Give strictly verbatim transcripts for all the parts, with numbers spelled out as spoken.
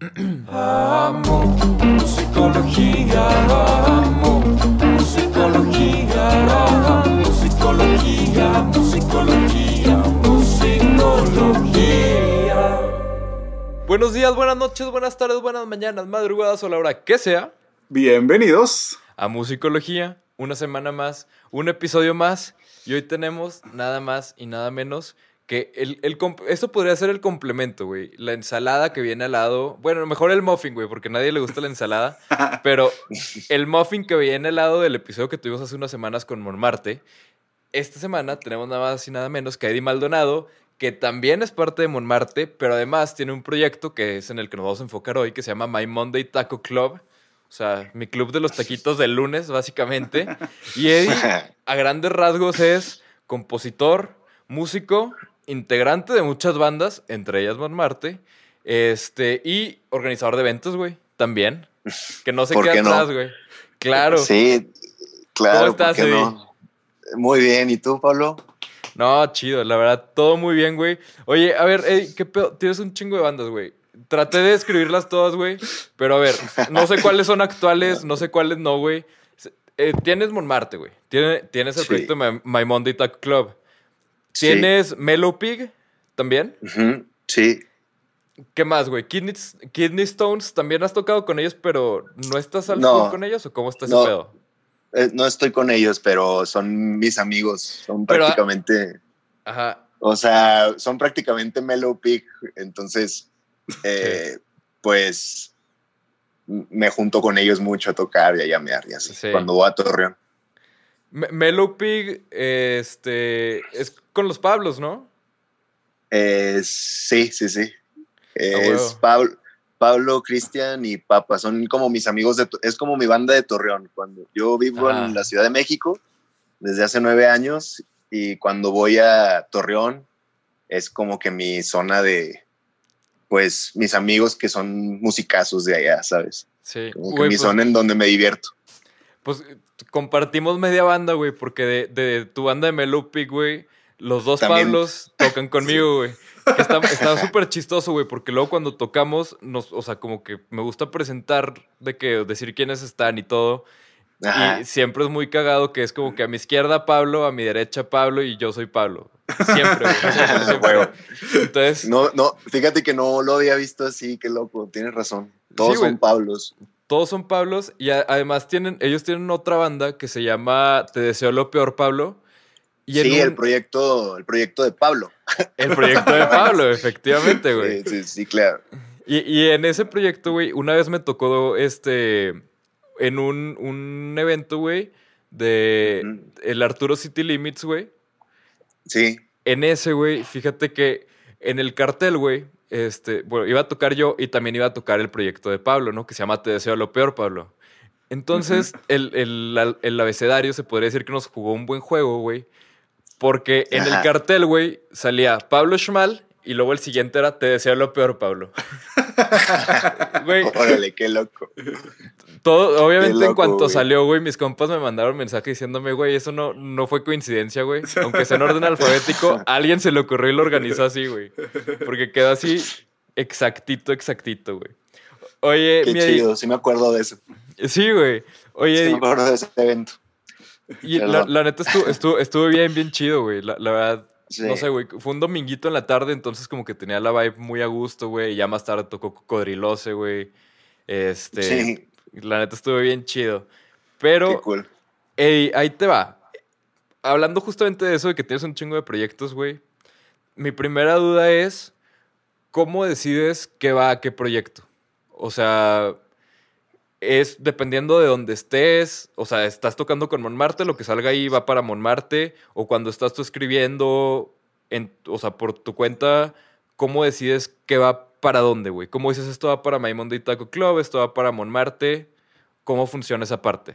Amo musicología, amo musicología, amo musicología, musicología, musicología. Buenos días, buenas noches, buenas tardes, buenas mañanas, madrugadas o la hora que sea. Bienvenidos a Musicología, una semana más, un episodio más. Y hoy tenemos nada más y nada menos que el, el esto podría ser el complemento, güey. La ensalada que viene al lado. Bueno, mejor el muffin, güey, porque a nadie le gusta la ensalada. Pero el muffin que viene al lado del episodio que tuvimos hace unas semanas con Monmarte. Esta semana tenemos nada más y nada menos que a Eddie Maldonado, que también es parte de Monmarte, pero además tiene un proyecto que es en el que nos vamos a enfocar hoy, que se llama My Monday Taco Club. O sea, mi club de los taquitos del lunes, básicamente. Y Eddie, a grandes rasgos, es compositor, músico, integrante de muchas bandas, entre ellas Monmarte, este, y organizador de eventos, güey, también. Que no se queda atrás, güey. No? Claro. Sí, claro. ¿Cómo estás, ¿por qué Eddie? no? Muy bien. ¿Y tú, Pablo? No, chido, la verdad, todo muy bien, güey. Oye, a ver, Eddie, ¿qué pedo? Tienes un chingo de bandas, güey. Traté de escribirlas todas, güey. Pero a ver, no sé cuáles son actuales, no sé cuáles no, güey. Eh, tienes Monmarte, güey. Tienes, tienes el Sí. proyecto de My, My Monday Taco Club. Sí. ¿Tienes Mellow Pig también? Uh-huh. Sí. ¿Qué más, güey? Kidney, Kidney Stones, ¿también has tocado con ellos, pero no estás al No. full con ellos? ¿O cómo está ese No. pedo? Eh, no estoy con ellos, pero son mis amigos. Son Pero, prácticamente... Ajá. O sea, son prácticamente Mellow Pig. Entonces, eh, Sí. pues, me junto con ellos mucho a tocar y a llamear y así. Sí. Cuando voy a Torreón. Me- Mellow Pig, este, es con los Pablos, ¿no? Eh, sí, sí, sí. Es huevo. Pablo, Pablo, Cristian y Papa. Son como mis amigos. De, es como mi banda de Torreón. Cuando yo vivo Ajá. en la Ciudad de México desde hace nueve años y cuando voy a Torreón es como que mi zona de, pues, mis amigos que son musicazos de allá, ¿sabes? Sí. Como que Güey, mi pues, zona en donde me divierto. pues compartimos media banda, güey, porque de, de tu banda de Mellow Pig, güey, los dos También. Pablos tocan conmigo, güey. Que está está súper chistoso, güey, porque luego cuando tocamos, nos, o sea, como que me gusta presentar, de que decir quiénes están y todo. Ajá. Y siempre es muy cagado que es como que a mi izquierda Pablo, a mi derecha Pablo y yo soy Pablo. Siempre, güey. Siempre, siempre. Huevo. Entonces, No, no, fíjate que no lo había visto así, qué loco, tienes razón. Todos Sí, güey. son Pablos. todos son Pablos y a- además tienen, ellos tienen otra banda que se llama Te deseo lo peor, Pablo. Y en Sí, un- el proyecto, el proyecto de Pablo. el proyecto de Pablo, efectivamente, güey. Sí, sí, sí, claro. Y, y en ese proyecto, güey, una vez me tocó este en un, un evento, güey, de Ujú. el Arturo City Limits, güey. Sí. En ese, güey, fíjate que en el cartel, güey, este, bueno, iba a tocar yo y también iba a tocar el proyecto de Pablo, ¿no? Que se llama Te deseo lo peor, Pablo. Entonces, el, el, el abecedario se podría decir que nos jugó un buen juego, güey. Porque en el Ajá. cartel, güey, salía Pablo Schmal y luego el siguiente era Te deseo lo peor, Pablo. Güey, Órale, qué loco. todo, obviamente Qué loco, en cuanto güey. salió, güey, mis compas me mandaron mensaje diciéndome, güey, eso no, no fue coincidencia, güey. Aunque sea en orden alfabético, a alguien se le ocurrió y lo organizó así, güey. Porque quedó así exactito, exactito, güey. Oye, Qué mi chido, sí me acuerdo de eso. Eddie- Sí, güey. Oye, Sí me Eddie, acuerdo de ese evento. y la, Perdón. la neta estuvo, estuvo, estuvo bien, bien chido, güey. La, la verdad, Sí. no sé, güey. Fue un dominguito en la tarde, entonces como que tenía la vibe muy a gusto, güey. Y ya más tarde tocó Cocodrilose, güey. Este, Sí, la neta estuvo bien chido. qué Pero, cool. Ey, ahí te va. Hablando justamente de eso, de que tienes un chingo de proyectos, güey. Mi primera duda es, ¿cómo decides qué va a qué proyecto? O sea, es dependiendo de dónde estés. O sea, estás tocando con Monmarte, lo que salga ahí va para Monmarte. O cuando estás tú escribiendo, en, o sea, por tu cuenta, ¿cómo decides qué va para dónde, güey? ¿Cómo dices esto va para My Monday Taco Club, esto va para Monmarte? ¿Cómo funciona esa parte?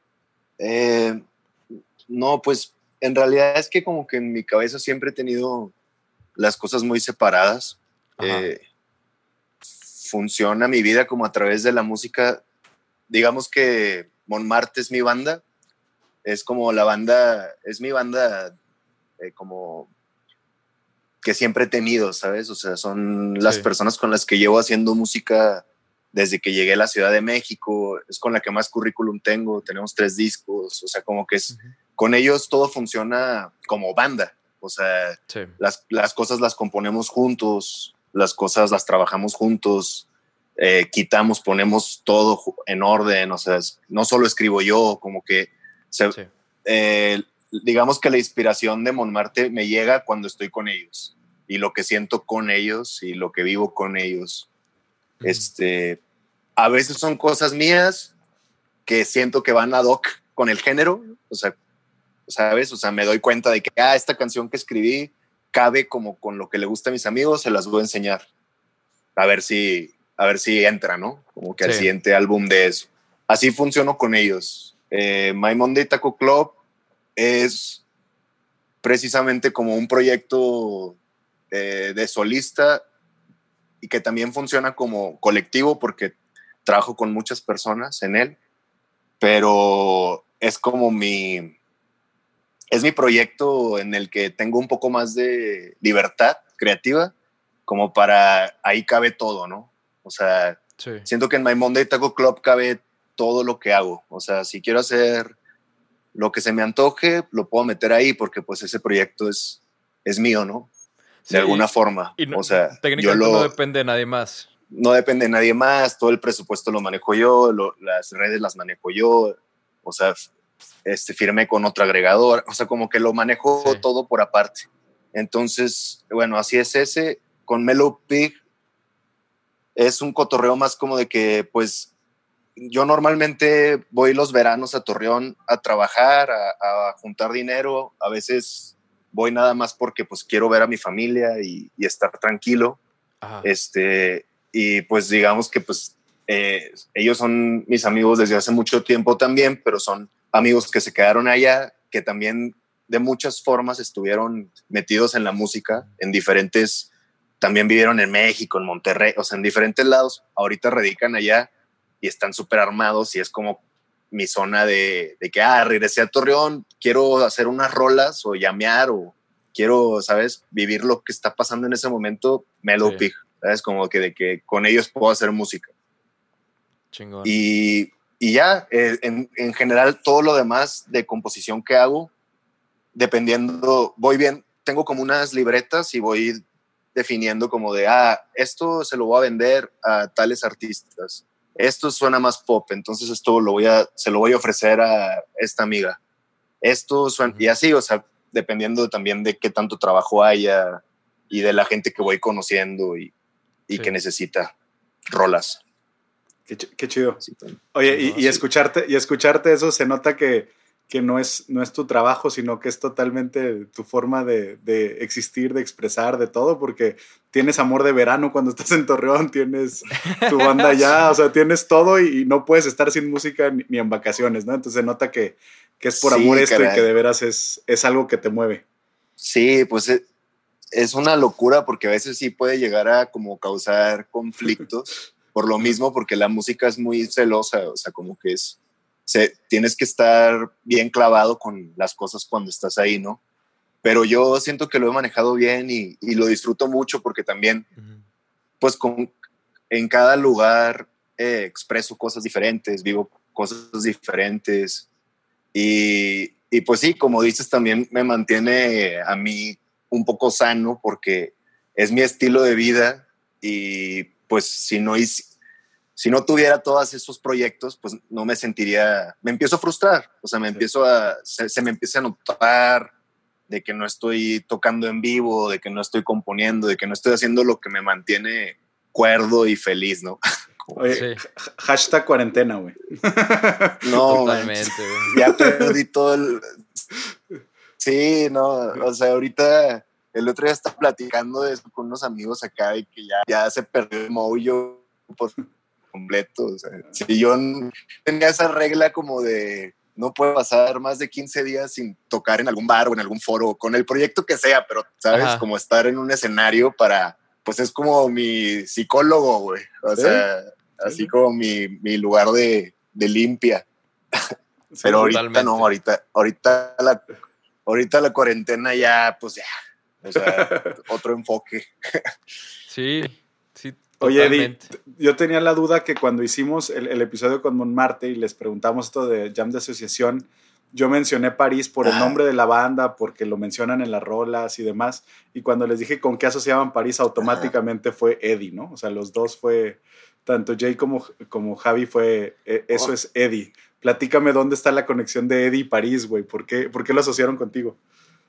Eh, no, pues en realidad es que como que en mi cabeza siempre he tenido las cosas muy separadas. Ajá. Eh, funciona mi vida como a través de la música. Digamos que Monmarte es mi banda. Es como la banda, es mi banda eh, como que siempre he tenido, ¿sabes? O sea, son las Sí. personas con las que llevo haciendo música desde que llegué a la Ciudad de México, es con la que más currículum tengo, tenemos tres discos, o sea, como que es, uh-huh. con ellos todo funciona como banda, o sea, sí. las, las cosas las componemos juntos, las cosas las trabajamos juntos, eh, quitamos, ponemos todo en orden, o sea, no solo escribo yo, como que, se, sí. eh, digamos que la inspiración de Montmartre me llega cuando estoy con ellos, y lo que siento con ellos, y lo que vivo con ellos, uh-huh. este... A veces son cosas mías que siento que van ad hoc con el género, o sea, ¿sabes? O sea, me doy cuenta de que, ah, esta canción que escribí cabe como con lo que le gusta a mis amigos, se las voy a enseñar. A ver si, a ver si entra, ¿no? Como que sí. al siguiente álbum de eso. Así funciono con ellos. Eh, My Monday Taco Club es precisamente como un proyecto eh, de solista y que también funciona como colectivo porque trabajo con muchas personas en él, pero es como mi, es mi proyecto en el que tengo un poco más de libertad creativa, como para, ahí cabe todo, ¿no? O sea, sí. siento que en My Monday Taco Club cabe todo lo que hago, o sea, si quiero hacer lo que se me antoje, lo puedo meter ahí, porque pues ese proyecto es, es mío, ¿no? De sí, alguna forma, y no, o sea, técnicamente yo lo, no depende de nadie más. No depende de nadie más, todo el presupuesto lo manejo yo, lo, las redes las manejo yo, o sea, este, firmé con otro agregador, o sea, como que lo manejo sí. todo por aparte. Entonces, bueno, así es ese. Con Mellow Pig es un cotorreo más como de que, pues, yo normalmente voy los veranos a Torreón a trabajar, a, a juntar dinero, a veces voy nada más porque, pues, quiero ver a mi familia y, y estar tranquilo. Ajá. Este... Y pues digamos que pues eh, ellos son mis amigos desde hace mucho tiempo también, pero son amigos que se quedaron allá, que también de muchas formas estuvieron metidos en la música, en diferentes, también vivieron en México, en Monterrey, o sea, en diferentes lados. Ahorita radican allá y están súper armados y es como mi zona de, de que, ah, regresé a Torreón, quiero hacer unas rolas o llamear o quiero, ¿sabes? Vivir lo que está pasando en ese momento, Mellow sí. Pig. ¿Sabes? Como que de que con ellos puedo hacer música. Chingón. Y, y ya, eh, en, en general, todo lo demás de composición que hago, dependiendo, voy bien, tengo como unas libretas y voy definiendo como de, ah, esto se lo voy a vender a tales artistas. Esto suena más pop, entonces esto lo voy a, se lo voy a ofrecer a esta amiga. Esto suena, uh-huh. y así, o sea, dependiendo también de qué tanto trabajo haya y de la gente que voy conociendo y y sí. que necesita rolas. Qué, ch- qué chido. Sí, Oye, y, no, y, sí. escucharte, y escucharte eso se nota que, que no, es, no es tu trabajo, sino que es totalmente tu forma de, de existir, de expresar, de todo, porque tienes amor de verano cuando estás en Torreón, tienes tu banda allá, o sea, tienes todo y, y no puedes estar sin música ni, ni en vacaciones, ¿no? Entonces se nota que, que es por sí, amor esto caray. Y que de veras es, es algo que te mueve. Sí, pues... Es... Es una locura porque a veces sí puede llegar a como causar conflictos por lo mismo, porque la música es muy celosa, o sea, como que es, se, tienes que estar bien clavado con las cosas cuando estás ahí, ¿no? Pero yo siento que lo he manejado bien y, y lo disfruto mucho porque también, uh-huh. pues con, en cada lugar eh, expreso cosas diferentes, vivo cosas diferentes y, y pues sí, como dices, también me mantiene a mí un poco sano porque es mi estilo de vida y pues si no, si no tuviera todos esos proyectos, pues no me sentiría, me empiezo a frustrar, o sea, me sí. empiezo a, se, se me empieza a notar de que no estoy tocando en vivo, de que no estoy componiendo, de que no estoy haciendo lo que me mantiene cuerdo y feliz, ¿no? Oye, sí. hashtag cuarentena, güey. No, totalmente, güey. Ya perdí todo el... Sí, no, o sea, ahorita el otro día estaba platicando de eso con unos amigos acá y que ya, ya se perdió el mojo por completo. O sea, si yo tenía esa regla como de no puedo pasar más de quince días sin tocar en algún bar o en algún foro, con el proyecto que sea, pero, ¿sabes? Ajá. Como estar en un escenario para, pues es como mi psicólogo, güey. O ¿Sí? sea, sí. así como mi, mi lugar de, de limpia. Sí, pero ahorita totalmente. no, ahorita, ahorita la... Ahorita la cuarentena ya, pues ya, o sea, otro enfoque. Sí, sí, Oye, Eddie, Totalmente. t- yo tenía la duda que cuando hicimos el, el episodio con Montmartre y les preguntamos esto de Jam de Asociación, yo mencioné París por el Ajá. nombre de la banda, porque lo mencionan en las rolas y demás. Y cuando les dije con qué asociaban París, automáticamente fue Eddie, ¿no? O sea, los dos fue, tanto Jay como, como Javi fue, eh, eso Oh. es Eddie. Platícame dónde está la conexión de Eddie y París, güey. ¿Por qué, por qué lo asociaron contigo?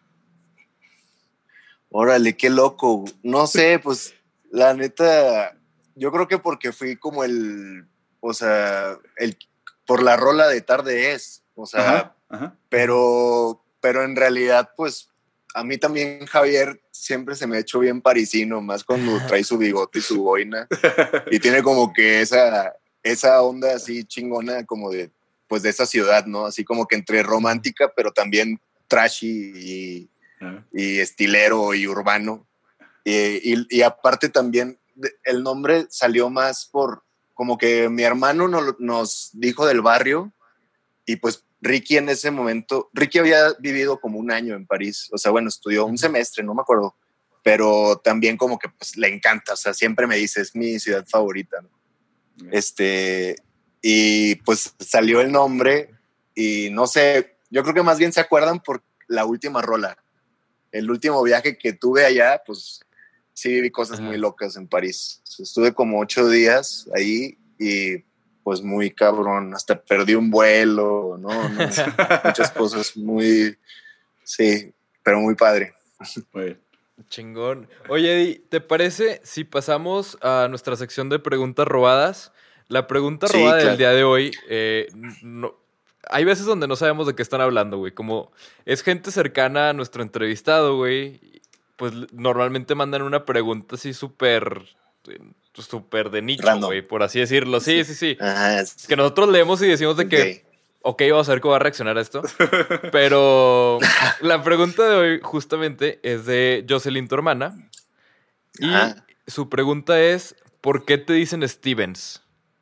Órale, qué loco. No sé, pues la neta, yo creo que porque fui como el, o sea, el, por la rola de Tarde es, o sea, Ajá, ajá. pero, pero en realidad, pues a mí también Javier siempre se me ha hecho bien parisino, más cuando trae su bigote y su boina y tiene como que esa, esa onda así chingona como de, pues de esa ciudad, ¿no? Así como que entre romántica, pero también trashy y, Ajá. y estilero y urbano. Y, y, y aparte también de- el nombre salió más por como que mi hermano no- nos dijo del barrio y pues Ricky en ese momento, Ricky había vivido como un año en París, o sea, bueno, estudió un semestre, no me acuerdo, pero también como que pues le encanta, o sea, siempre me dice, es mi ciudad favorita, ¿no? Este, y pues salió el nombre y no sé, yo creo que más bien se acuerdan por la última rola. El último viaje que tuve allá, pues sí viví cosas Ajá. muy locas en París. Estuve como ocho días ahí y pues muy cabrón, hasta perdí un vuelo, ¿no? no muchas cosas muy, sí, pero muy padre. Muy bien. Chingón. Oye, Eddie, ¿te parece si pasamos a nuestra sección de preguntas robadas? La pregunta Sí, robada del claro. día de hoy, eh, no, hay veces donde no sabemos de qué están hablando, güey. Como es gente cercana a nuestro entrevistado, güey, pues l- normalmente mandan una pregunta así súper, eh, súper de nicho, Random. güey, por así decirlo. Sí, sí, sí. Ajá, Que nosotros leemos y decimos de que, ok, vamos a ver cómo va a reaccionar a esto. Pero la pregunta de hoy justamente es de Jocelyn, tu hermana. Y Ajá. su pregunta es, ¿por qué te dicen Stevens?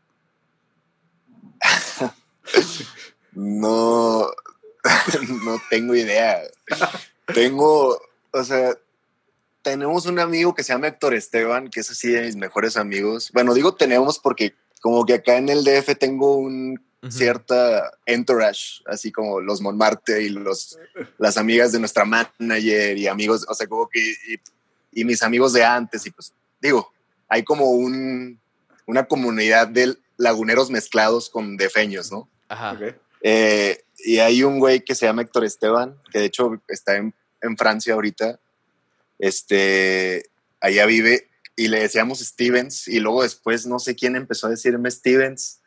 No, no tengo idea. Tengo, o sea, tenemos un amigo que se llama Héctor Esteban, que es así de mis mejores amigos. Bueno, digo tenemos porque como que acá en el D F tengo un Ujú. cierta entourage, así como los Montmartre y los, las amigas de nuestra manager y amigos, o sea, como que, y, y mis amigos de antes, y pues digo, hay como un, una comunidad de laguneros mezclados con defeños, ¿no? Ajá. Ok. Eh, y hay un güey que se llama Héctor Esteban, que de hecho está en, en Francia ahorita. Este, allá vive y le decíamos Stevens y luego después no sé quién empezó a decirme Stevens.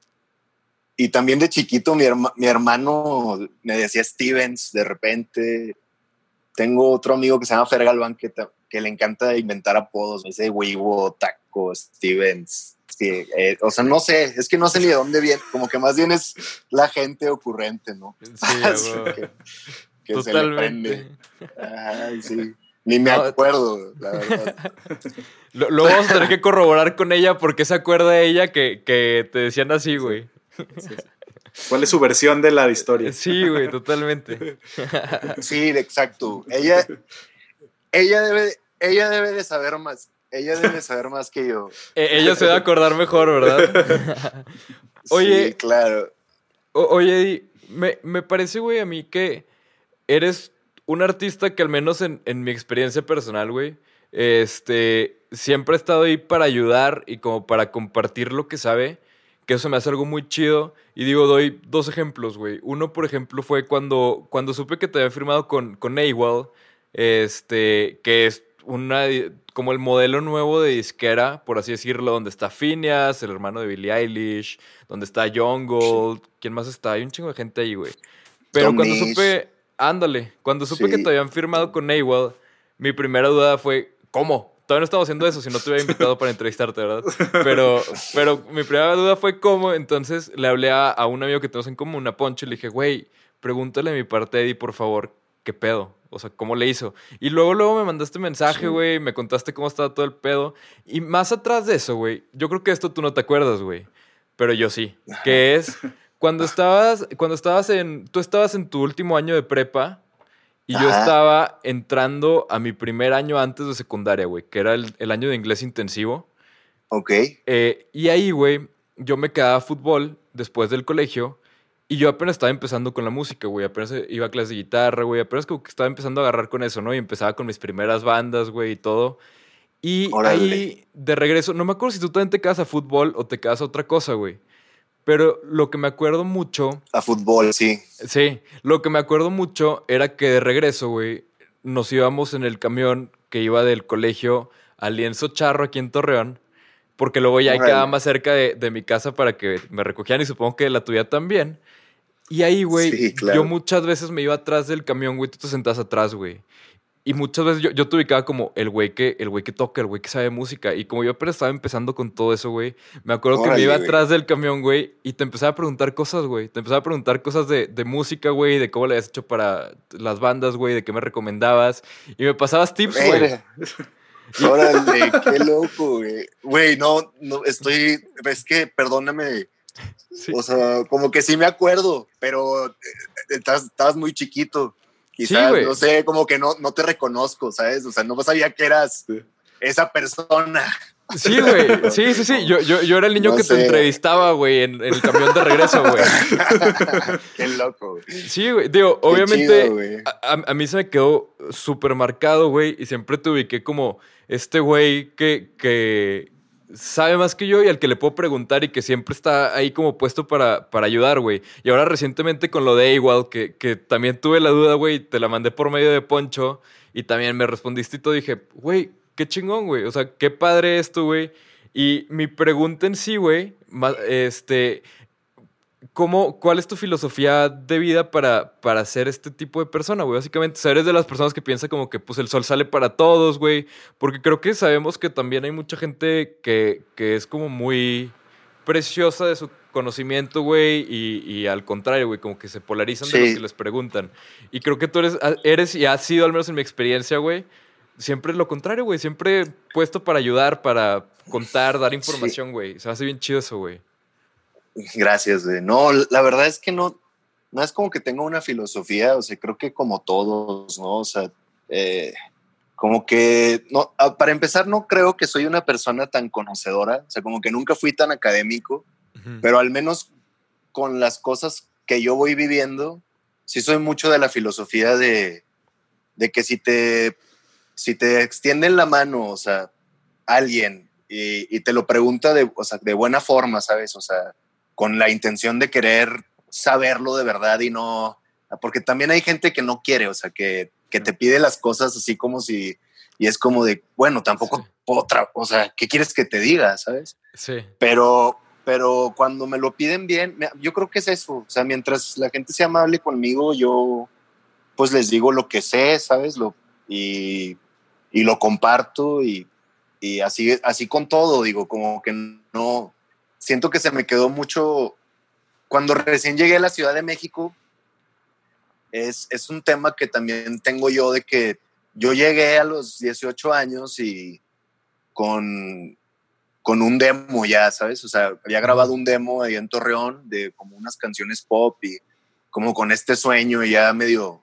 Y también de chiquito mi, herma, mi hermano me decía Stevens de repente. Tengo otro amigo que se llama Fer Galván que, que le encanta inventar apodos. Me dice Weibo, Taco, Stevens. Sí, eh, o sea, no sé, es que no sé ni de dónde viene, como que más bien es la gente ocurrente, ¿no? Sí, Así güey. que, que se le prende. Totalmente. Ay, sí. Ni me No, acuerdo, la verdad. Lo- Luego vamos a tener que corroborar con ella porque se acuerda ella que, que te decían así, güey. ¿Cuál es su versión de la historia? Sí, güey, totalmente. Sí, exacto. Ella, ella, debe, ella debe de saber más. Ella debe de saber más que yo. E- Ella se va a acordar mejor, ¿verdad? Oye, Sí, claro. o- oye, Eddie, me, me parece, güey, a mí que eres un artista que al menos en, en mi experiencia personal, güey, este, siempre ha estado ahí para ayudar y como para compartir lo que sabe, que eso me hace algo muy chido. Y digo, doy dos ejemplos, güey. Uno, por ejemplo, fue cuando, cuando supe que te había firmado con, con AWAL, este, que es una, como el modelo nuevo de disquera, por así decirlo, donde está Phineas, el hermano de Billie Eilish, donde está Jungle, ¿quién más está? Hay un chingo de gente ahí, güey. Pero Tom cuando Misch. supe, ándale, cuando supe Sí. que te habían firmado con AWAL, mi primera duda fue, ¿cómo? Todavía no estamos haciendo eso, si no te hubiera invitado para entrevistarte, ¿verdad? Pero, pero mi primera duda fue cómo, entonces le hablé a, a un amigo que tenemos en común, a Poncho, y le dije, güey, pregúntale a mi parte a Eddie, por favor, ¿qué pedo? O sea, ¿cómo le hizo? Y luego, luego me mandaste mensaje, güey, me contaste cómo estaba todo el pedo. Y más atrás de eso, güey, yo creo que esto tú no te acuerdas, güey, pero yo sí, que es cuando estabas, cuando estabas en, tú estabas en tu último año de prepa, y yo Ajá. estaba entrando a mi primer año antes de secundaria, güey, que era el, el año de inglés intensivo. Ok. Eh, y ahí, güey, yo me quedaba a fútbol después del colegio y yo apenas estaba empezando con la música, güey. Apenas iba a clases de guitarra, güey. Apenas como que estaba empezando a agarrar con eso, ¿no? Y empezaba con mis primeras bandas, güey, y todo. Y Órale. ahí, de regreso, no me acuerdo si tú también te quedas a fútbol o te quedas a otra cosa, güey. Pero lo que me acuerdo mucho, A fútbol, sí. sí, lo que me acuerdo mucho era que de regreso, güey, nos íbamos en el camión que iba del colegio al Lienzo Charro aquí en Torreón, porque luego ya ahí Órale. quedaba más cerca de, de mi casa para que me recogieran y supongo que la tuya también. Y ahí, güey, Sí, claro. yo muchas veces me iba atrás del camión, güey, tú te sentas atrás, güey. Y muchas veces yo, yo te ubicaba como el güey que, el güey que toca, el güey que sabe música. Y como yo apenas estaba empezando con todo eso, güey, me acuerdo que me Órale, iba güey. atrás del camión, güey, y te empezaba a preguntar cosas, güey. Te empezaba a preguntar cosas de, de música, güey, de cómo le habías hecho para las bandas, güey, de qué me recomendabas. Y me pasabas tips, güey. Verga. Órale, qué loco, güey. Güey, no, no, estoy, es que, perdóname, Sí. o sea, como que sí me acuerdo, pero eh, estás, estabas muy chiquito. Quizás, güey. no sé, como que no, no te reconozco, ¿sabes? O sea, no sabía que eras esa persona. Sí, güey. Sí, sí, sí. Yo, yo, yo era el niño No que sé. te entrevistaba, güey, en, en el camión de regreso, güey. Qué loco, güey. Sí, güey. Digo, Qué obviamente, chido, güey. a, a- a mí se me quedó súper marcado, güey, y siempre te ubiqué como este güey que, que sabe más que yo y al que le puedo preguntar y que siempre está ahí como puesto para, para ayudar, güey. Y ahora recientemente con lo de Igual, que, que también tuve la duda, güey, te la mandé por medio de Poncho y también me respondiste y todo, dije, güey, qué chingón, güey. O sea, qué padre esto, güey. Y mi pregunta en sí, güey, ma- este... ¿Cómo, ¿Cuál es tu filosofía de vida para, para ser este tipo de persona, güey? Básicamente, o sea, eres de las personas que piensa como que pues el sol sale para todos, güey. Porque creo que sabemos que también hay mucha gente que, que es como muy preciosa de su conocimiento, güey. Y, y al contrario, güey, como que se polarizan de Sí. los que les preguntan. Y creo que tú eres, eres y has sido, al menos en mi experiencia, güey, siempre lo contrario, güey. Siempre puesto para ayudar, para contar, dar información, güey. Se hace bien chido eso, güey. Gracias, güey. No, la verdad es que no, no es como que tenga una filosofía, o sea, creo que como todos, ¿no? O sea, eh, como que, no, ah, para empezar, no creo que soy una persona tan conocedora, o sea, como que nunca fui tan académico, Ujú. pero al menos con las cosas que yo voy viviendo, sí soy mucho de la filosofía de, de que si te, si te extienden la mano, o sea, alguien, y, y te lo pregunta de, o sea, de buena forma, ¿sabes? O sea, con la intención de querer saberlo de verdad y no... Porque también hay gente que no quiere, o sea, que, que te pide las cosas así como si... Y es como de, bueno, tampoco Sí. otra, o sea, ¿qué quieres que te diga, sabes? Sí. Pero, pero cuando me lo piden bien, yo creo que es eso. O sea, mientras la gente sea amable conmigo, yo pues les digo lo que sé, ¿sabes? Lo, y, y lo comparto y, y así, así con todo, digo, como que no... Siento que se me quedó mucho... Cuando recién llegué a la Ciudad de México, es, es un tema que también tengo yo de que yo llegué a los dieciocho años y con, con un demo ya, ¿sabes? O sea, había grabado un demo ahí en Torreón de como unas canciones pop y como con este sueño ya medio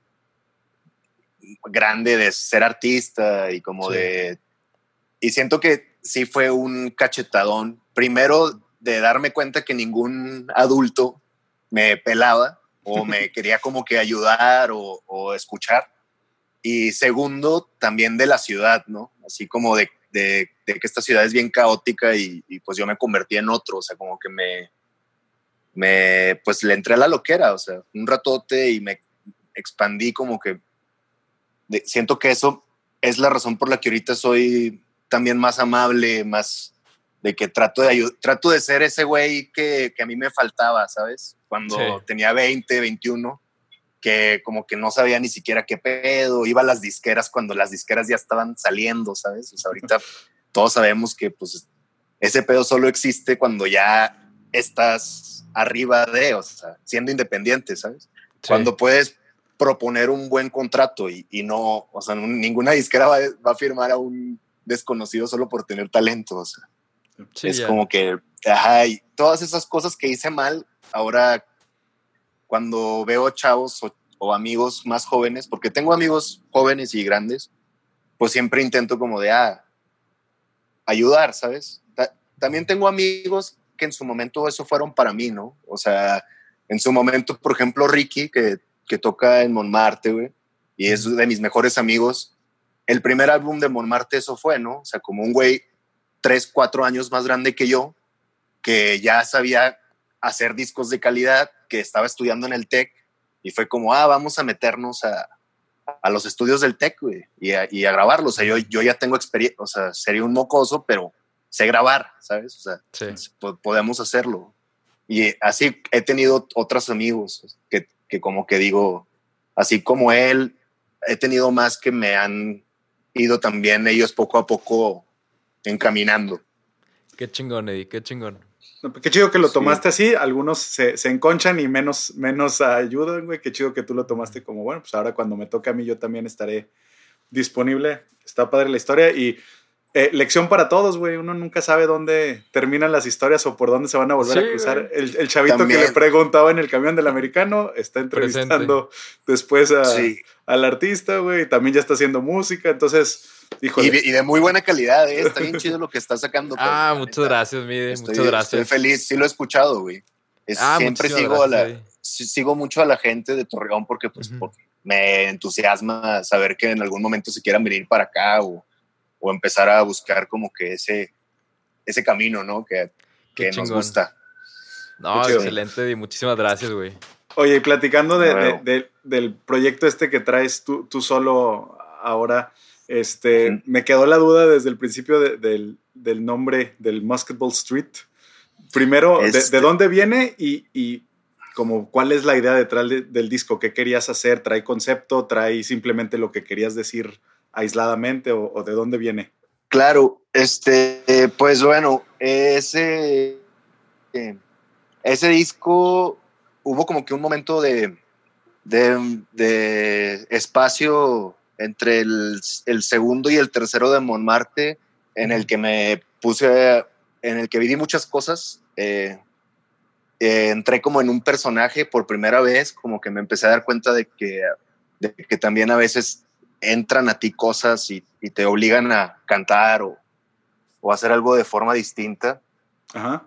grande de ser artista y como Sí. de... Y siento que sí fue un cachetadón. Primero de darme cuenta que ningún adulto me pelaba o me quería como que ayudar o, o escuchar. Y segundo, también de la ciudad, ¿no? Así como de, de, de que esta ciudad es bien caótica y, y pues yo me convertí en otro, o sea, como que me, me, pues le entré a la loquera, o sea, un ratote y me expandí como que, de, siento que eso es la razón por la que ahorita soy también más amable, más de que trato de ayud- trato de ser ese güey que, que a mí me faltaba, ¿sabes? Cuando Sí. tenía veinte, veintiuno, que como que no sabía ni siquiera qué pedo, iba a las disqueras cuando las disqueras ya estaban saliendo, ¿sabes? O sea, ahorita todos sabemos que pues ese pedo solo existe cuando ya estás arriba de, o sea, siendo independiente, ¿sabes? Sí. Cuando puedes proponer un buen contrato y, y no, o sea, ninguna disquera va, va a firmar a un desconocido solo por tener talento, o sea. Sí, es ya. como que, ajá, y todas esas cosas que hice mal, ahora cuando veo chavos o, o amigos más jóvenes, porque tengo amigos jóvenes y grandes, pues siempre intento como de, ah, ayudar, ¿sabes? Ta- también tengo amigos que en su momento eso fueron para mí, ¿no? O sea, en su momento, por ejemplo, Ricky, que, que toca en Montmartre, güey, y es de mis mejores amigos. El primer álbum de Montmartre eso fue, ¿no? O sea, como un güey tres, cuatro años más grande que yo, que ya sabía hacer discos de calidad, que estaba estudiando en el TEC, y fue como, ah, vamos a meternos a, a los estudios del TEC, güey, y a, y a grabarlo. O sea, yo, yo ya tengo experiencia, o sea, sería un mocoso, pero sé grabar, ¿sabes? O sea, Sí. podemos hacerlo. Y así he tenido otros amigos que, que como que digo, así como él, he tenido más que me han ido también ellos poco a poco encaminando. Qué chingón, Eddie, qué chingón. No, qué chido que lo Sí. tomaste así. Algunos se, se enconchan y menos, menos ayudan, güey. Qué chido que tú lo tomaste como, bueno, pues ahora cuando me toque a mí yo también estaré disponible. Está padre la historia y eh, lección para todos, güey. Uno nunca sabe dónde terminan las historias o por dónde se van a volver Sí, a cruzar. güey. El, el chavito También. que le preguntaba en el camión del americano está entrevistando después a, Sí. al artista, güey. También ya está haciendo música. Entonces, híjole. Y, de- y de muy buena calidad, ¿eh? Está bien chido lo que está sacando. Ah, pero, muchas neta, gracias, Mide, Estoy, muchas gracias. estoy feliz, sí lo he escuchado, güey. Es- Ah, siempre muchísimas sigo, a gracias, la, Eddie. sí- sigo mucho a la gente de Torreón porque, pues, Ujú. porque me entusiasma saber que en algún momento se quieran venir para acá o, o empezar a buscar como que ese, ese camino, ¿no? Que, Qué que nos chingón. gusta. No, Qué chido. excelente, Eddie. Muchísimas gracias, güey. Oye, y platicando de, de- Nuevo. de- del proyecto este que traes tú, tú solo ahora, este, Ujú. me quedó la duda desde el principio de- del, del nombre del Musketball Street. Primero, de- Este- de, dónde viene y, y como cuál es la idea detrás de- del disco? ¿Qué querías hacer? ¿Trae concepto? ¿Trae simplemente lo que querías decir aisladamente? ¿O, o de dónde viene? Claro, este, eh, pues bueno, ese, eh, ese disco hubo como que un momento de, de, de espacio entre el, el segundo y el tercero de Montmartre, en el que me puse, en el que viví muchas cosas. Eh, eh, entré como en un personaje por primera vez, como que me empecé a dar cuenta de que, de que también a veces entran a ti cosas y, y te obligan a cantar o, o hacer algo de forma distinta. Ajá.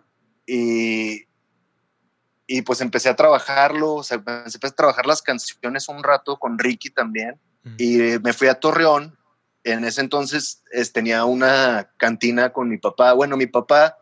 Y, y pues empecé a trabajarlo, o sea, empecé a trabajar las canciones un rato con Ricky también. Y me fui a Torreón. En ese entonces es, tenía una cantina con mi papá. Bueno, mi papá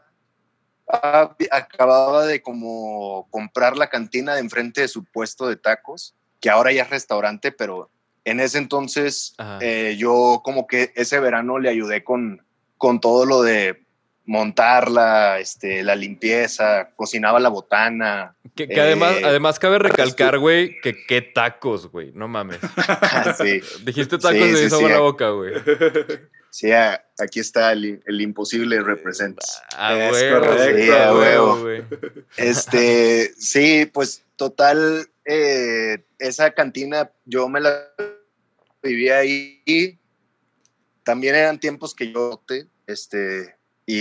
ah, acababa de como comprar la cantina de enfrente de su puesto de tacos, que ahora ya es restaurante, pero en ese entonces eh, yo como que ese verano le ayudé con, con todo lo de montarla, este, la limpieza, cocinaba la botana. Que, que además, Eh, además cabe recalcar, güey, que qué tacos, güey. No mames. Sí. Dijiste tacos Sí, y sí, hizo sí. con la boca, güey. Sí, a- aquí está el, el imposible represents. Ah, Es huevo, correcto. sí, a Sí, a huevo, huevo. güey. Este, sí, pues total, eh, esa cantina yo me la vivía ahí. También eran tiempos que yo, este,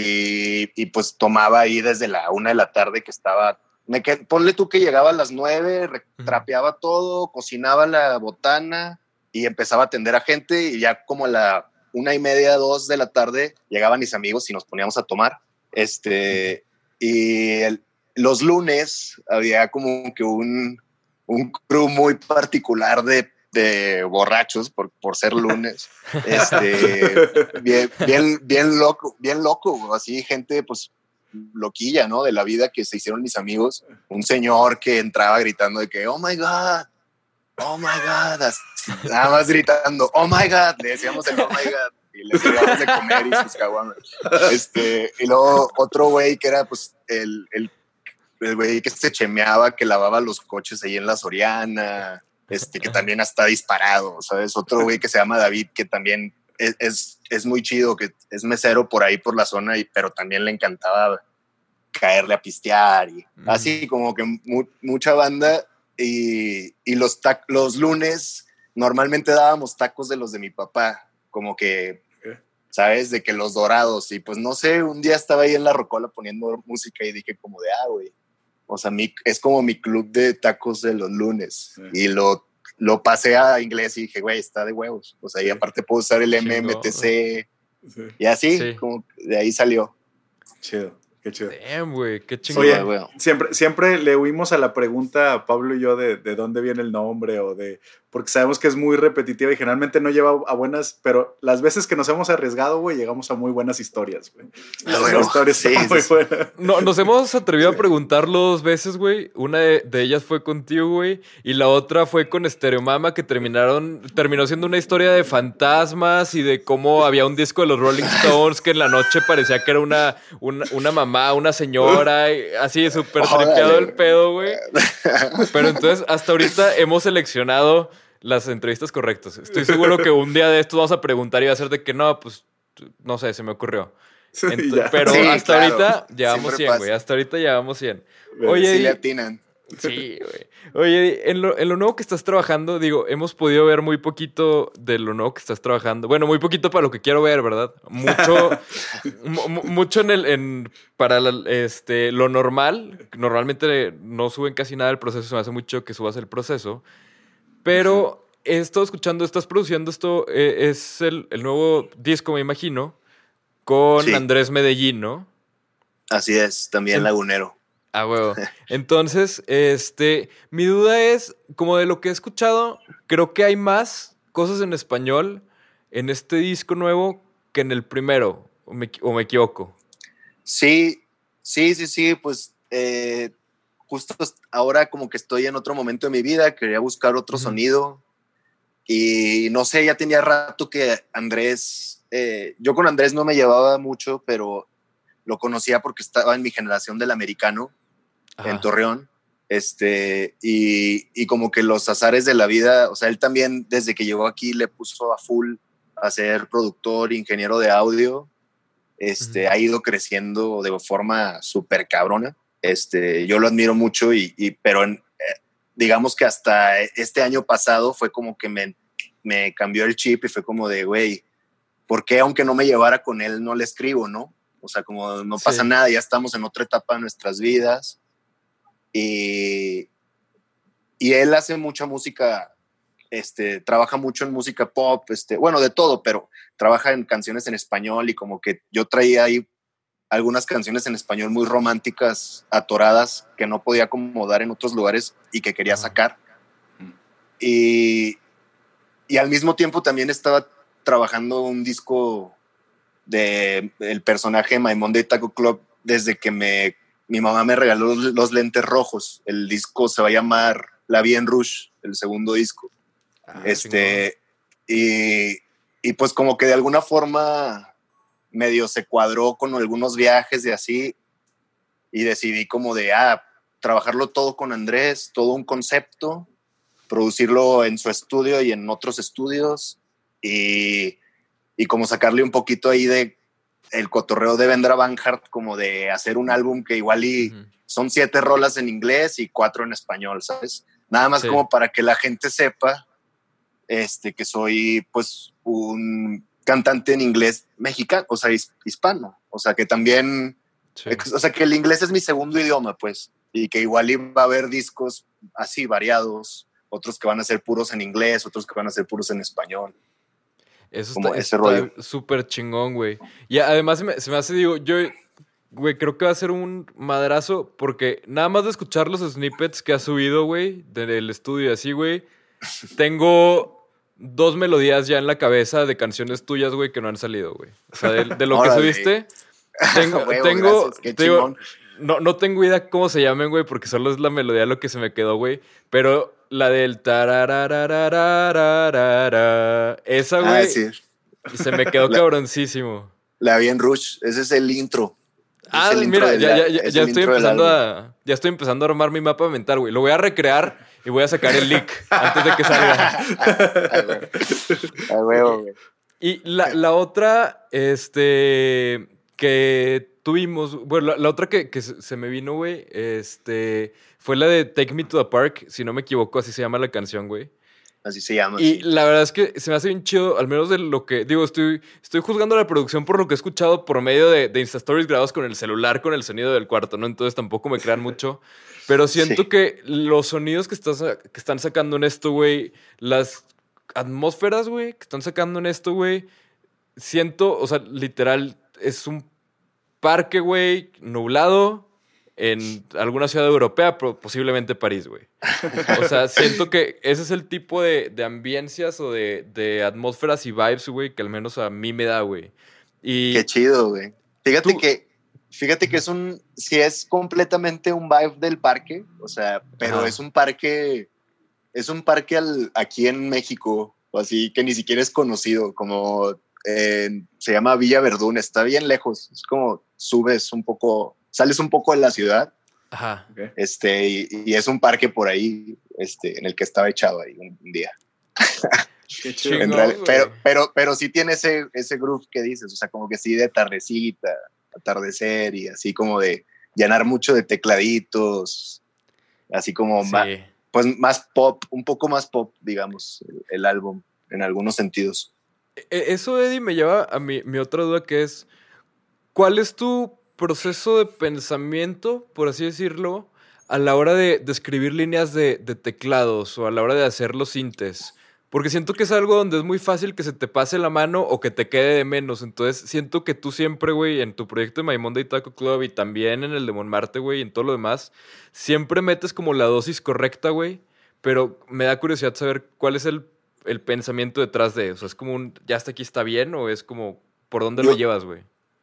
y, y pues tomaba ahí desde la una de la tarde que estaba. Me qued, ponle tú que llegaba a las nueve, re, trapeaba todo, cocinaba la botana y empezaba a atender a gente, y ya como a la una y media, dos de la tarde llegaban mis amigos y nos poníamos a tomar. Este, y el, los lunes había como que un, un crew muy particular de, de borrachos por, por ser lunes. Este, bien, bien, bien loco, bien loco, así gente pues loquilla, ¿no? De la vida que se hicieron mis amigos. Un señor que entraba gritando de que, oh my God, oh my God, así, nada más gritando, oh my God, le decíamos el oh my God y le dábamos de comer y sus caguamas. Este, y luego otro güey que era pues el, el, el güey que se chemeaba, que lavaba los coches ahí en la Soriana, este, que también está disparado, ¿sabes? Otro güey que se llama David, que también es, es, es muy chido, que es mesero por ahí por la zona, y, pero también le encantaba caerle a pistear y mm. así como que mu mucha banda. Y, y los, los lunes normalmente dábamos tacos de los de mi papá, como que, ¿sabes? De que los dorados. Y pues no sé, un día estaba ahí en la Rocola poniendo música y dije como de, ah, güey, o sea, mi, es como mi club de tacos de los lunes. Sí. Y lo, lo pasé a inglés y dije, güey, está de huevos. O sea, sí. Y aparte puedo usar el M M T C. Sí. Y así, sí. Como de ahí salió. Chido. Qué chido. Damn, güey, qué chingón. Oye, güey. siempre, siempre le huimos a la pregunta a Pablo y yo de, de dónde viene el nombre o de... Porque sabemos que es muy repetitiva y generalmente no lleva a buenas, pero las veces que nos hemos arriesgado, güey, llegamos a muy buenas historias, güey. Ah, bueno, Las historias sí, están muy sí, sí. buenas. No, nos hemos atrevido a preguntarlo dos veces, güey. Una de, de ellas fue contigo, güey. Y la otra fue con Stereomama, que terminaron, terminó siendo una historia de fantasmas y de cómo había un disco de los Rolling Stones que en la noche parecía que era una, una, una mamá, una señora, y así súper tripeado el pedo, güey. Pero entonces, hasta ahorita hemos seleccionado las entrevistas correctas. Estoy seguro que un día de estos vamos a preguntar y va a ser de que no, pues, no sé, se me ocurrió. Ent- Ya. pero Sí, hasta claro. ahorita llevamos Siempre cien, pasa. güey. Hasta ahorita llevamos cien. Pero Oye, Sí y- le atinan. sí, güey. Oye, en lo, en lo nuevo que estás trabajando, digo, hemos podido ver muy poquito de lo nuevo que estás trabajando. Bueno, muy poquito para lo que quiero ver, ¿verdad? Mucho, mu- mu- mucho en el, en, para la- este, lo normal. Normalmente no suben casi nada del proceso, se me hace mucho que subas el proceso. Pero he estado escuchando, estás produciendo esto, eh, es el, el nuevo disco, me imagino, con Sí. Andrés Medellín, ¿no? Así es, también En- lagunero. Ah, huevo. Entonces, este, mi duda es, como de lo que he escuchado, creo que hay más cosas en español en este disco nuevo que en el primero, o me, equi- o me equivoco. Sí, sí, sí, sí, pues eh, justo ahora como que estoy en otro momento de mi vida, quería buscar otro Ujú. sonido y no sé, ya tenía rato que Andrés, eh, yo con Andrés no me llevaba mucho, pero lo conocía porque estaba en mi generación del americano Ajá. en Torreón, este, y, y como que los azares de la vida, o sea, él también desde que llegó aquí le puso a full a ser productor, ingeniero de audio, este, Ujú. ha ido creciendo de forma súper cabrona, este, yo lo admiro mucho, y, y pero en, eh, digamos que hasta este año pasado fue como que me, me cambió el chip y fue como de, güey, ¿por qué aunque no me llevara con él no le escribo, no? O sea, como no pasa Sí. nada, ya estamos en otra etapa de nuestras vidas. Y, y él hace mucha música, este, trabaja mucho en música pop, este, bueno, de todo, pero trabaja en canciones en español y como que yo traía ahí algunas canciones en español muy románticas, atoradas, que no podía acomodar en otros lugares y que quería Ajá. sacar. Y, y al mismo tiempo también estaba trabajando un disco de el personaje My Monday Taco Club desde que me, mi mamá me regaló los, los lentes rojos. El disco se va a llamar La Vie en Rouge, el segundo disco. Ah, este, y, y pues como que de alguna forma medio se cuadró con algunos viajes y así, y decidí como de, ah, trabajarlo todo con Andrés, todo un concepto, producirlo en su estudio y en otros estudios, y, y como sacarle un poquito ahí de el cotorreo de Vendra Banhart, como de hacer un álbum que igual y Ujú. son siete rolas en inglés y cuatro en español, ¿sabes? Nada más Sí. como para que la gente sepa este, que soy pues un cantante en inglés mexicano, o sea, his- hispano, o sea, que también, Sí. o sea, que el inglés es mi segundo idioma, pues, y que igual iba a haber discos así variados, otros que van a ser puros en inglés, otros que van a ser puros en español. Eso como está ese está rollo. súper chingón, güey. Y además se me, se me hace, digo, yo, güey, creo que va a ser un madrazo porque nada más de escuchar los snippets que has subido, güey, del estudio y así, güey, tengo dos melodías ya en la cabeza de canciones tuyas, güey, que no han salido, güey. O sea, de, de lo que Órale. subiste, tengo, Huevo, tengo, gracias, qué te digo, chingón. no, no tengo idea cómo se llamen, güey, porque solo es la melodía lo que se me quedó, güey. Pero la del tararararararara, esa, güey, Ah, sí, se me quedó La- cabroncísimo. La vi en Rush, ese es el intro. Ah, Es el intro mira, del- ya, ya, ya, es ya el estoy intro del empezando álbum. a, ya estoy empezando a armar mi mapa mental, güey. Lo voy a recrear y voy a sacar el leak antes de que salga. Ah, huevo. Ah, huevo, güey. Y la, la otra, este, que tuvimos, bueno, la, la otra que, que se se me vino, güey, este, fue la de Take Me to the Park, si no me equivoco, así se llama la canción, güey. Así se llama. Y sí. la verdad es que se me hace bien chido, al menos de lo que, digo, estoy, estoy juzgando la producción por lo que he escuchado por medio de, de Insta Stories grabados con el celular, con el sonido del cuarto, ¿no? Entonces tampoco me crean mucho. Pero siento Sí. que los sonidos que, estás, que están sacando en esto, güey, las atmósferas, güey, que están sacando en esto, güey, siento, o sea, literal, es un parque, güey, nublado, en alguna ciudad europea, posiblemente París, güey. O sea, siento que ese es el tipo de, de ambiencias o de, de atmósferas y vibes, güey, que al menos a mí me da, güey. Y qué chido, güey. Fíjate tú... que, fíjate que es un, sí es completamente un vibe del parque, o sea, pero Ajá. es un parque, es un parque al, aquí en México, o así que ni siquiera es conocido, como eh, se llama Villa Verdún, está bien lejos, es como subes un poco, sales un poco de la ciudad. Ajá. Okay. Este, y, y es un parque por ahí, este, en el que estaba echado ahí un, un día. Qué chido. Chingón, real, güey. pero, pero, pero sí tiene ese, ese groove que dices, o sea, como que sí de tardecita, atardecer y así como de llenar mucho de tecladitos, así como Sí. más, pues más pop, un poco más pop, digamos, el, el álbum en algunos sentidos. Eso, Eddie, me lleva a mi, mi otra duda, que es, ¿cuál es tu proceso de pensamiento, por así decirlo, a la hora de, de escribir líneas de, de teclados o a la hora de hacer los sintes? Porque siento que es algo donde es muy fácil que se te pase la mano o que te quede de menos. Entonces siento que tú siempre, güey, en tu proyecto de My Monday Taco Club y también en el de Montmartre, güey, y en todo lo demás, siempre metes como la dosis correcta, güey. Pero me da curiosidad saber cuál es el, el pensamiento detrás de eso. O sea, ¿es como un ya hasta aquí está bien o es como por dónde Yo- lo llevas, güey?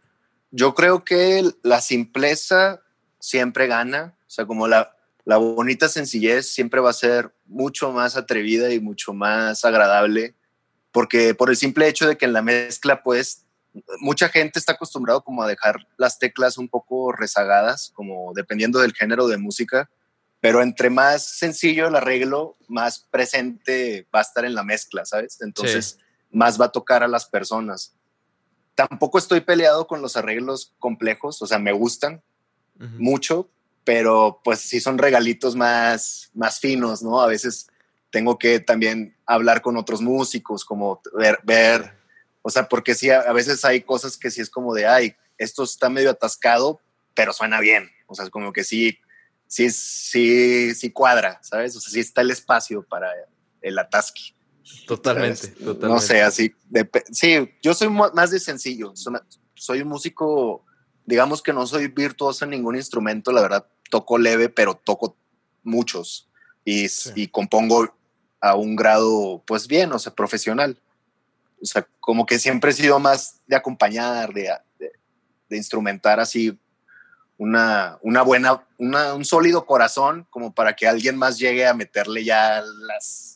Yo creo que la simpleza siempre gana, o sea, como la, la bonita sencillez siempre va a ser mucho más atrevida y mucho más agradable, porque por el simple hecho de que en la mezcla, pues, mucha gente está acostumbrado como a dejar las teclas un poco rezagadas, como dependiendo del género de música, pero entre más sencillo el arreglo, más presente va a estar en la mezcla, ¿sabes? Entonces, sí. más va a tocar a las personas. Tampoco estoy peleado con los arreglos complejos, o sea, me gustan uh-huh. mucho, pero pues sí son regalitos más, más finos, ¿no? A veces tengo que también hablar con otros músicos, como ver, ver, o sea, porque sí, a, a veces hay cosas que sí es como de, ay, esto está medio atascado, pero suena bien, o sea, como que sí, sí, sí, sí cuadra, ¿sabes? O sea, sí está el espacio para el atasque. Totalmente, ¿sabes? totalmente. No sé, así. De, sí, yo soy más de sencillo. Soy un músico, digamos que no soy virtuoso en ningún instrumento, la verdad, toco leve, pero toco muchos y, sí. y compongo a un grado, pues bien, o sea, profesional. O sea, como que siempre he sido más de acompañar, de, de, de instrumentar así una, una buena, una, un sólido corazón, como para que alguien más llegue a meterle ya las...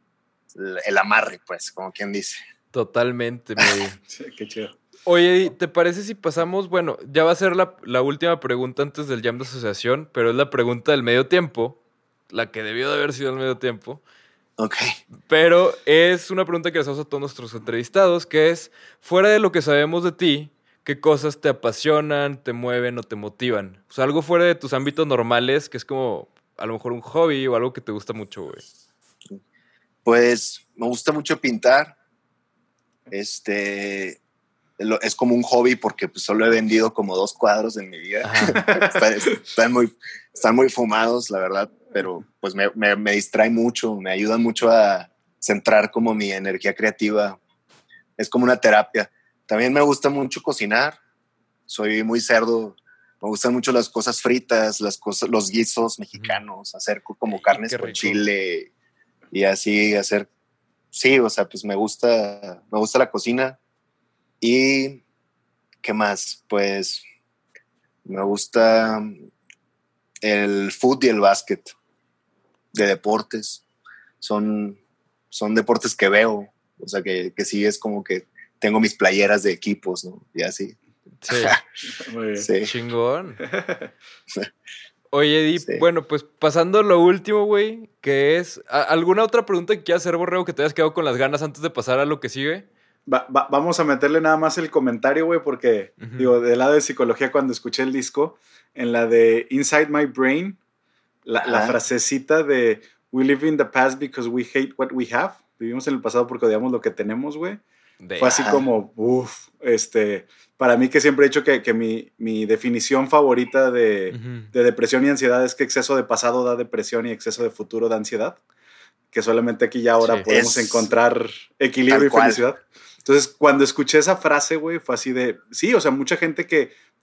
el amarre, pues, como quien dice. Totalmente, mi sí, qué chido. Oye, ¿te parece si pasamos? Bueno, ya va a ser la, la última pregunta antes del jam de asociación, pero es la pregunta del medio tiempo, la que debió de haber sido el medio tiempo. Ok. Pero es una pregunta que les hacemos a todos nuestros entrevistados, que es, fuera de lo que sabemos de ti, ¿qué cosas te apasionan, te mueven o te motivan? O sea, algo fuera de tus ámbitos normales, que es como a lo mejor un hobby o algo que te gusta mucho, güey. Pues me gusta mucho pintar. Este es como un hobby porque pues, solo he vendido como dos cuadros en mi vida. están, están, muy, están muy fumados, la verdad, pero pues me, me, me distrae mucho, me ayuda mucho a centrar como mi energía creativa. Es como una terapia. También me gusta mucho cocinar. Soy muy cerdo. Me gustan mucho las cosas fritas, las cosas, los guisos mexicanos, hacer como carnes Qué con rico. chile. Y así hacer, sí, o sea, pues me gusta, me gusta la cocina. Y, ¿qué más? Pues me gusta el fútbol y el básquet de deportes. Son, son deportes que veo, o sea, que, que sí es como que tengo mis playeras de equipos, ¿no? Y así. Sí. Muy bien. Sí. Chingón. Oye, Eddie, Sí. bueno, pues pasando a lo último, güey, que es... ¿alguna otra pregunta que quieras hacer, Borrego, que te hayas quedado con las ganas antes de pasar a lo que sigue? Va, va, vamos a meterle nada más el comentario, güey, porque, uh-huh. digo, del lado de psicología, cuando escuché el disco, en la de Inside My Brain, la, la frasecita de We live in the past because we hate what we have. Vivimos en el pasado porque odiamos lo que tenemos, güey. De, Fue así ajá. como, uff, este... Para mí que siempre he dicho que, que mi, mi definición favorita de, uh-huh. de depresión y ansiedad es que exceso de pasado da depresión y exceso de futuro da ansiedad. Que solamente aquí ya ahora sí. podemos es encontrar equilibrio y felicidad. Entonces, cuando escuché esa frase, güey, fue así de... Sí, o sea, mucha gente que,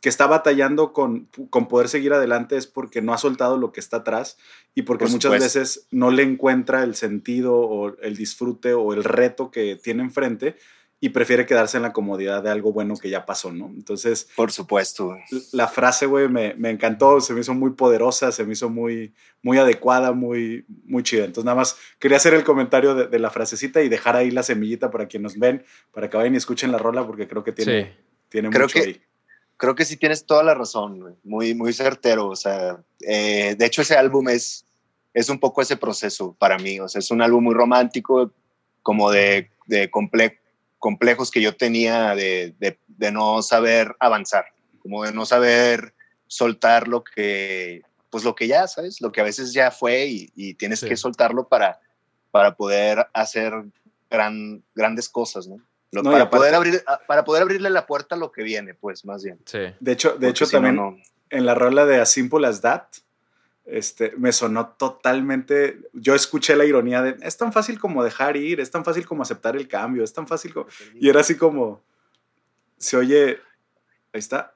que está batallando con, con poder seguir adelante es porque no ha soltado lo que está atrás y porque Por muchas supuesto. veces no le encuentra el sentido o el disfrute o el reto que tiene enfrente y prefiere quedarse en la comodidad de algo bueno que ya pasó, ¿no? Entonces, Por supuesto, güey. la frase, güey, me, me encantó, se me hizo muy poderosa, se me hizo muy, muy adecuada, muy, muy chida. Entonces, nada más quería hacer el comentario de, de la frasecita y dejar ahí la semillita para quienes nos ven, para que vayan y escuchen la rola, porque creo que tiene, Sí. tiene Creo mucho que- ahí. Creo que sí tienes toda la razón, güey. Muy, muy certero. O sea, eh, de hecho ese álbum es, es un poco ese proceso para mí. O sea, es un álbum muy romántico, como de, de comple- complejos que yo tenía de, de, de no saber avanzar, como de no saber soltar lo que, pues lo que ya, ¿sabes? Lo que a veces ya fue y, y tienes Sí. que soltarlo para, para poder hacer gran, grandes cosas, ¿no? Lo- No, y para, aparte- poder abrir, para poder abrirle la puerta a lo que viene, pues, más bien. Sí. De hecho, de Porque hecho si no, también no. en la rola de As Simple As That, este, me sonó totalmente, yo escuché la ironía de, es tan fácil como dejar ir, es tan fácil como aceptar el cambio, es tan fácil como... Y era así como, se oye, ahí está.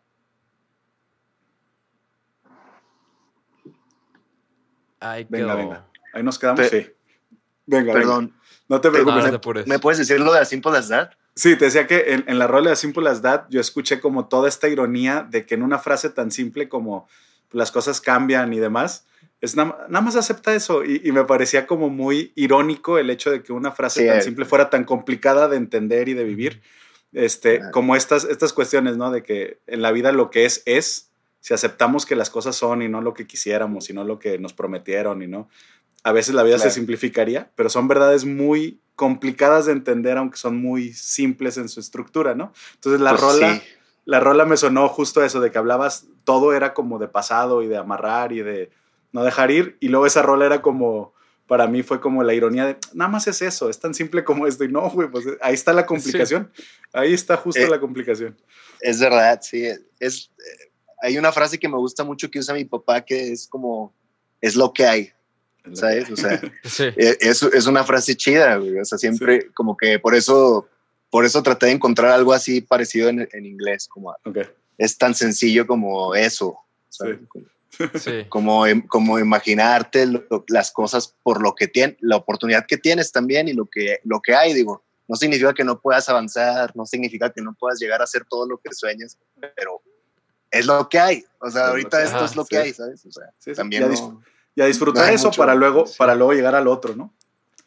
Ay, Venga, quedó. venga. Ahí nos quedamos, Pe- sí. Venga, Perdón, venga. No te preocupes. No, no ¿me, te apures. ¿me puedes decir lo de As Simple As That? Sí, te decía que en, en la rola de As Simple As That yo escuché como toda esta ironía de que en una frase tan simple como las cosas cambian y demás, es nada, nada más acepta eso. Y, y me parecía como muy irónico el hecho de que una frase Sí, tan eh. simple fuera tan complicada de entender y de vivir. Este, Ajá. como estas, estas cuestiones, ¿no? De que en la vida lo que es, es. Si aceptamos que las cosas son y no lo que quisiéramos y no lo que nos prometieron y no. A veces la vida Claro. se simplificaría, pero son verdades muy complicadas de entender, aunque son muy simples en su estructura, ¿no? Entonces la Pues rola, sí. la rola me sonó justo eso, de que hablabas, todo era como de pasado y de amarrar y de no dejar ir, y luego esa rola era como, para mí fue como la ironía de, nada más es eso, es tan simple como esto, y no, güey, pues ahí está la complicación, ahí está justo Eh, la complicación. Es verdad, sí. Es, eh, hay una frase que me gusta mucho que usa mi papá que es como, es lo que hay, ¿sabes? O sea, Sí. eh, es, es una frase chida, güey. O sea, siempre como que por eso, por eso traté de encontrar algo así parecido en, en inglés, como Ok, es tan sencillo como eso, ¿sabes? Sí. Como, Sí. como, im- como imaginarte lo- las cosas por lo que tienes, la oportunidad que tienes también y lo que, lo que hay, digo. No significa que no puedas avanzar, no significa que no puedas llegar a hacer todo lo que sueñas, pero es lo que hay. O sea, Es lo ahorita que esto hay, es lo sí. que hay, ¿sabes? O sea, Sí, sí. también Ya no, dis- y a disfrutar no hay eso mucho. para luego, Sí. para luego llegar al otro, ¿no?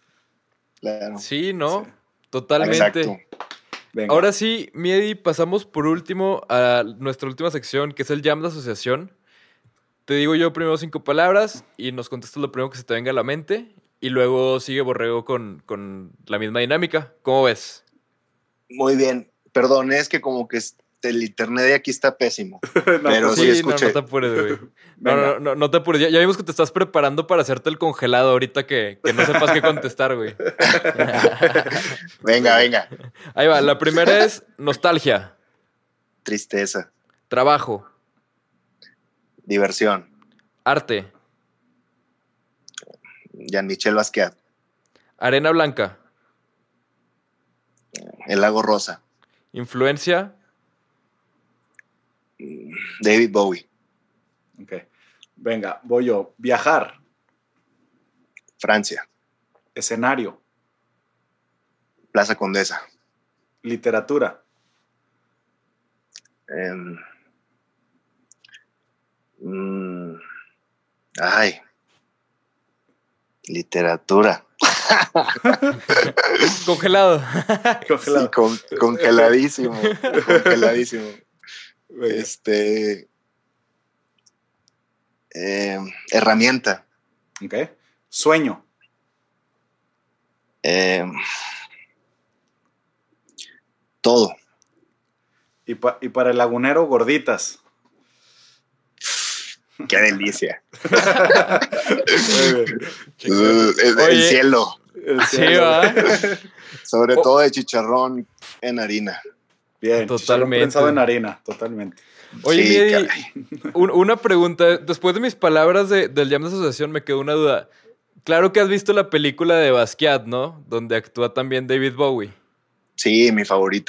claro. Sí, ¿no? Sí. Totalmente. Exacto. Venga. Ahora sí, Miedi, pasamos por último a nuestra última sección, que es el Jam de Asociación. Te digo yo primero cinco palabras y nos contestas lo primero que se te venga a la mente. Y luego sigue Borrego con, con la misma dinámica. ¿Cómo ves? Muy bien. Perdón, es que como que este, el internet de aquí está pésimo. No, pero pues, sí, no, escuché. no te apures, güey. No, venga. no, no, no te apures. Ya, ya vimos que te estás preparando para hacerte el congelado ahorita que, que no sepas qué contestar, güey. Venga, venga. Ahí va. La primera es nostalgia, Tristeza, trabajo, diversión. arte, Jean-Michel Basquiat, arena blanca, El Lago Rosa, influencia, David Bowie, Ok. Venga, voy yo. Viajar, Francia, escenario, Plaza Condesa. literatura, Em, mm, ay, literatura. congelado. congelado. Sí, con- congeladísimo, congeladísimo. Venga. Este, em, herramienta. Ok. Sueño, em, todo. y, pa- y para el lagunero, gorditas. Qué delicia. Muy bien. Uh, el, el Oye. cielo, El Sí, cielo. va. sobre Oh. todo de chicharrón en harina. Bien, Totalmente. chicharrón prensado en harina, totalmente. Oye, Sí, Miedi, caray. un- una pregunta. Después de mis palabras de- del Jam de Asociación me quedó una duda. Claro que has visto la película de Basquiat, ¿no? Donde actúa también David Bowie. Sí, mi favorita.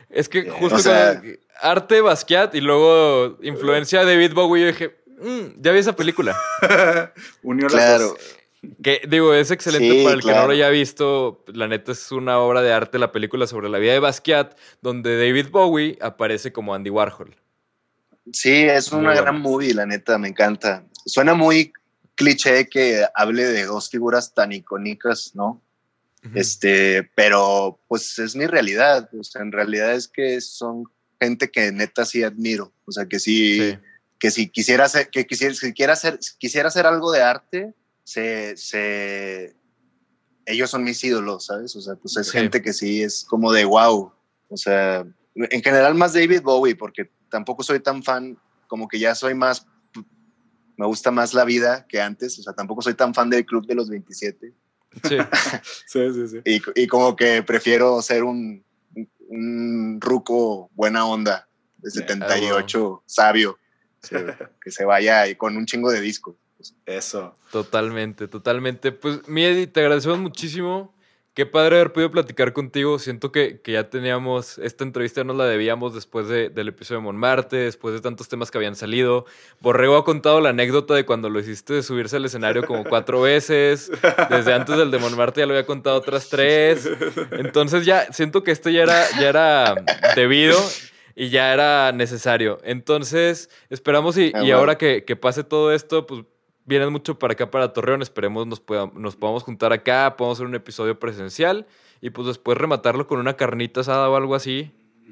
Es que Yeah. justo O sea- cuando- arte Basquiat y luego influencia de David Bowie, yo dije, "Mm, ya vi esa película". Unió las Claro. dos. Que digo, es excelente Sí, para el que no claro. lo haya visto. La neta es una obra de arte, la película sobre la vida de Basquiat, donde David Bowie aparece como Andy Warhol. Sí, es Muy una buena. gran movie, la neta, me encanta. Suena muy cliché que hable de dos figuras tan icónicas, ¿no? Este, pero pues es mi realidad. O sea, en realidad es que son gente que neta sí admiro. O sea, que sí, Sí. que si quisiera hacer, que quisiera, si quisiera hacer, si quisiera hacer algo de arte, se, se, ellos son mis ídolos, ¿sabes? O sea, pues es Sí. gente que sí es como de wow. O sea, en general más David Bowie, porque tampoco soy tan fan, como que ya soy más, me gusta más la vida que antes. O sea, tampoco soy tan fan del Club de los veintisiete. Sí. Sí, sí, sí. Y, y como que prefiero ser un, un ruco buena onda de setenta y ocho, sabio, se- que se vaya y con un chingo de discos. Eso. Totalmente, totalmente. Pues, mi Eddie, te agradecemos muchísimo. Qué padre haber podido platicar contigo. Siento que, que ya teníamos, esta entrevista nos la debíamos después de- del episodio de Montmartre, después de tantos temas que habían salido. Borrego ha contado la anécdota de cuando lo hiciste de subirse al escenario como cuatro veces. Desde antes del de Montmartre ya lo había contado otras tres. Entonces ya siento que esto ya era, ya era debido y ya era necesario. Entonces esperamos y, Ah, y bueno. ahora que, que pase todo esto, pues vienen mucho para acá, para Torreón. Esperemos nos, pueda- nos podamos juntar acá, podamos hacer un episodio presencial y pues después rematarlo con una carnita asada o algo así.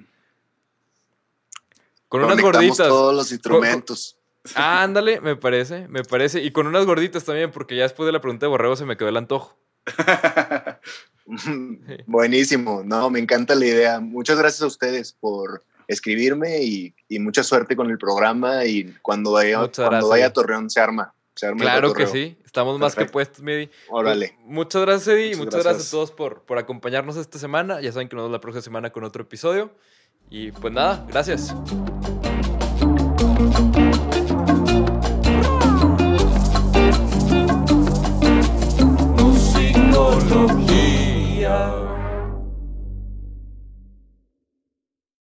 Con unas Conectamos gorditas. todos los instrumentos. Ah, ándale, me parece, me parece. Y con unas gorditas también, porque ya después de la pregunta de Borrego se me quedó el antojo. Buenísimo, no, me encanta la idea. Muchas gracias a ustedes por escribirme y, y mucha suerte con el programa. Y cuando vaya, Muchas cuando gracias. vaya a Torreón se arma. Se arma el Claro que cotorreo. sí, estamos más que Perfecto. puestos, Medi. Órale. Pues, muchas gracias, Eddie. Muchas Muchas, gracias. gracias. a todos por, por acompañarnos esta semana. Ya saben que nos vemos la próxima semana con otro episodio. Y pues nada, gracias.